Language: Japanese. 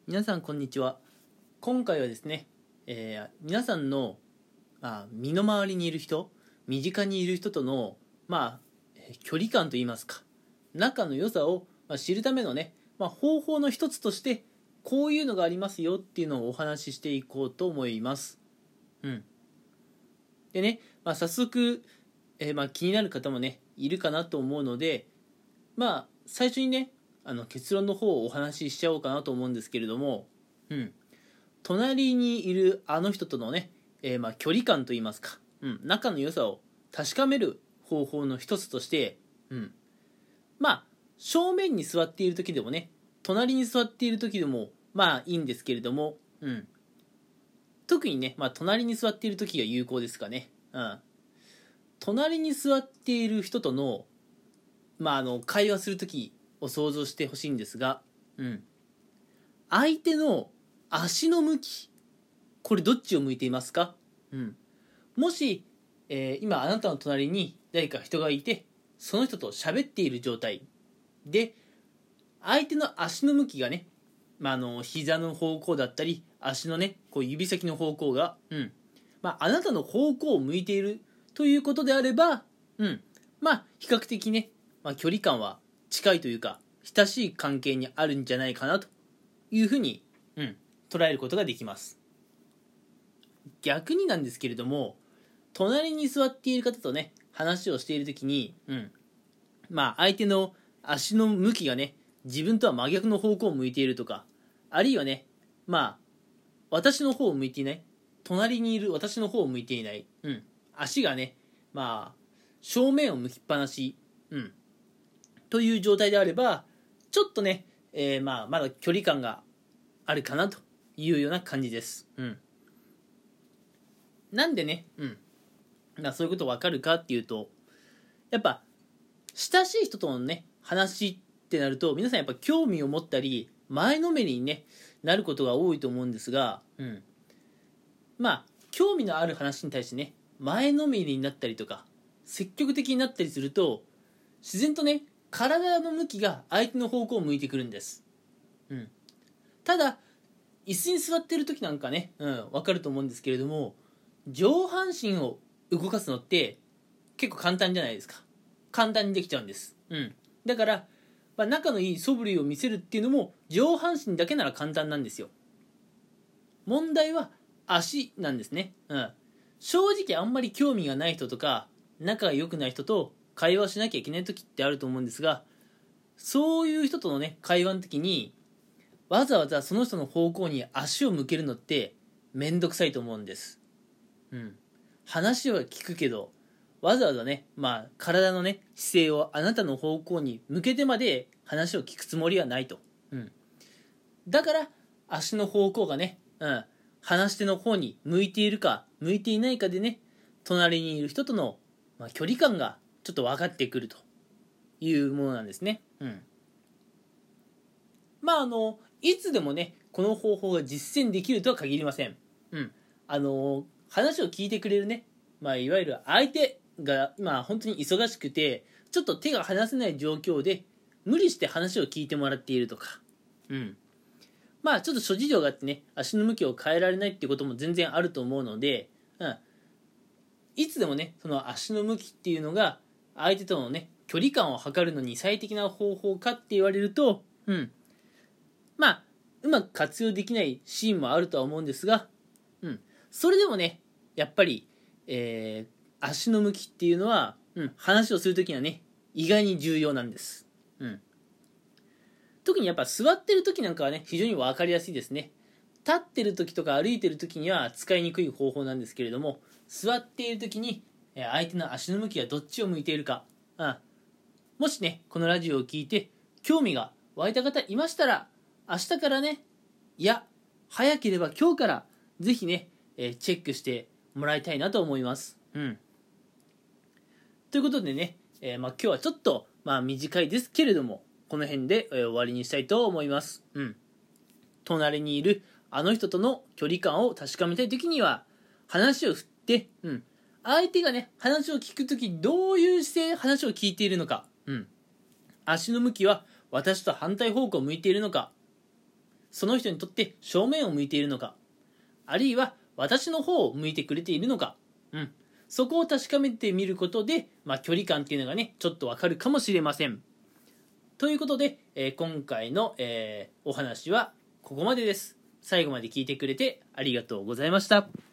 皆さんこんにちは。今回はですね、皆さんの、身の回りにいる人、身近にいる人との、距離感といいますか、仲の良さを、知るためのね、方法の一つとしてこういうのがありますよっていうのをお話ししていこうと思います。でね、早速、気になる方もねいるかなと思うので、最初にね結論の方をお話ししちゃおうかなと思うんですけれども、隣にいるあの人とのね、距離感といいますか、仲の良さを確かめる方法の一つとして、正面に座っている時でもね、隣に座っている時でもいいんですけれども、特にね、隣に座っている時が有効ですかね。隣に座っている人との、会話する時を想像してほしいんですが、相手の足の向き、これどっちを向いていますか？もし、今あなたの隣に誰か人がいて、その人と喋っている状態で、相手の足の向きがね、膝の方向だったり足のねこう指先の方向が、あなたの方向を向いているということであれば、比較的ね、距離感は近いというか親しい関係にあるんじゃないかなというふうに、捉えることができます。逆になんですけれども、隣に座っている方とね話をしているときに、相手の足の向きがね自分とは真逆の方向を向いているとか、あるいはね私の方を向いていない、隣にいる私の方を向いていない、足がね正面を向きっぱなし、という状態であれば、ちょっとね、まだ距離感があるかなというような感じです。なんでね、そういうこと分かるかっていうと、やっぱ親しい人とのね話ってなると、皆さんやっぱ興味を持ったり前のめりに、ね、なることが多いと思うんですが、興味のある話に対してね前のめりになったりとか積極的になったりすると、自然とね体の向きが相手の方向を向いてくるんです。ただ椅子に座ってる時なんかね、分かると思うんですけれども、上半身を動かすのって結構簡単じゃないですか。簡単にできちゃうんです。だから、仲のいい素振りを見せるっていうのも上半身だけなら簡単なんですよ。問題は足なんですね。正直あんまり興味がない人とか仲が良くない人と会話しなきゃいけない時ってあると思うんですが、そういう人とのね会話の時にわざわざその人の方向に足を向けるのってめんどくさいと思うんです。話は聞くけどわざわざね、体のね姿勢をあなたの方向に向けてまで話を聞くつもりはないと。だから足の方向がね、話し手の方に向いているか向いていないかでね、隣にいる人との、距離感がちょっと分かってくるというものなんですね。いつでもねこの方法が実践できるとは限りません。話を聞いてくれるね、いわゆる相手が今本当に忙しくてちょっと手が離せない状況で無理して話を聞いてもらっているとか、ちょっと諸事情があってね足の向きを変えられないっていうことも全然あると思うので、いつでもねその足の向きっていうのが相手とのね距離感を測るのに最適な方法かって言われると、うまく活用できないシーンもあるとは思うんですが、それでもねやっぱり、足の向きっていうのは、話をするときにはね意外に重要なんです。特にやっぱ座ってる時なんかはね非常に分かりやすいですね。立ってる時とか歩いてる時には使いにくい方法なんですけれども、座っている時に相手の足の向きがどっちを向いているか、もしねこのラジオを聞いて興味が湧いた方いましたら、明日からね、いや早ければ今日からぜひね、チェックしてもらいたいなと思います。ということでね、今日はちょっと短いですけれどもこの辺で、終わりにしたいと思います。隣にいるあの人との距離感を確かめたいときには話を振って、相手がね話を聞くときどういう姿勢で話を聞いているのか、足の向きは私と反対方向を向いているのか、 その人にとって正面を向いているのか、あるいは私の方を向いてくれているのか、そこを確かめてみることで、距離感っていうのがねちょっとわかるかもしれません。ということで、今回の、お話はここまでです。最後まで聞いてくれてありがとうございました。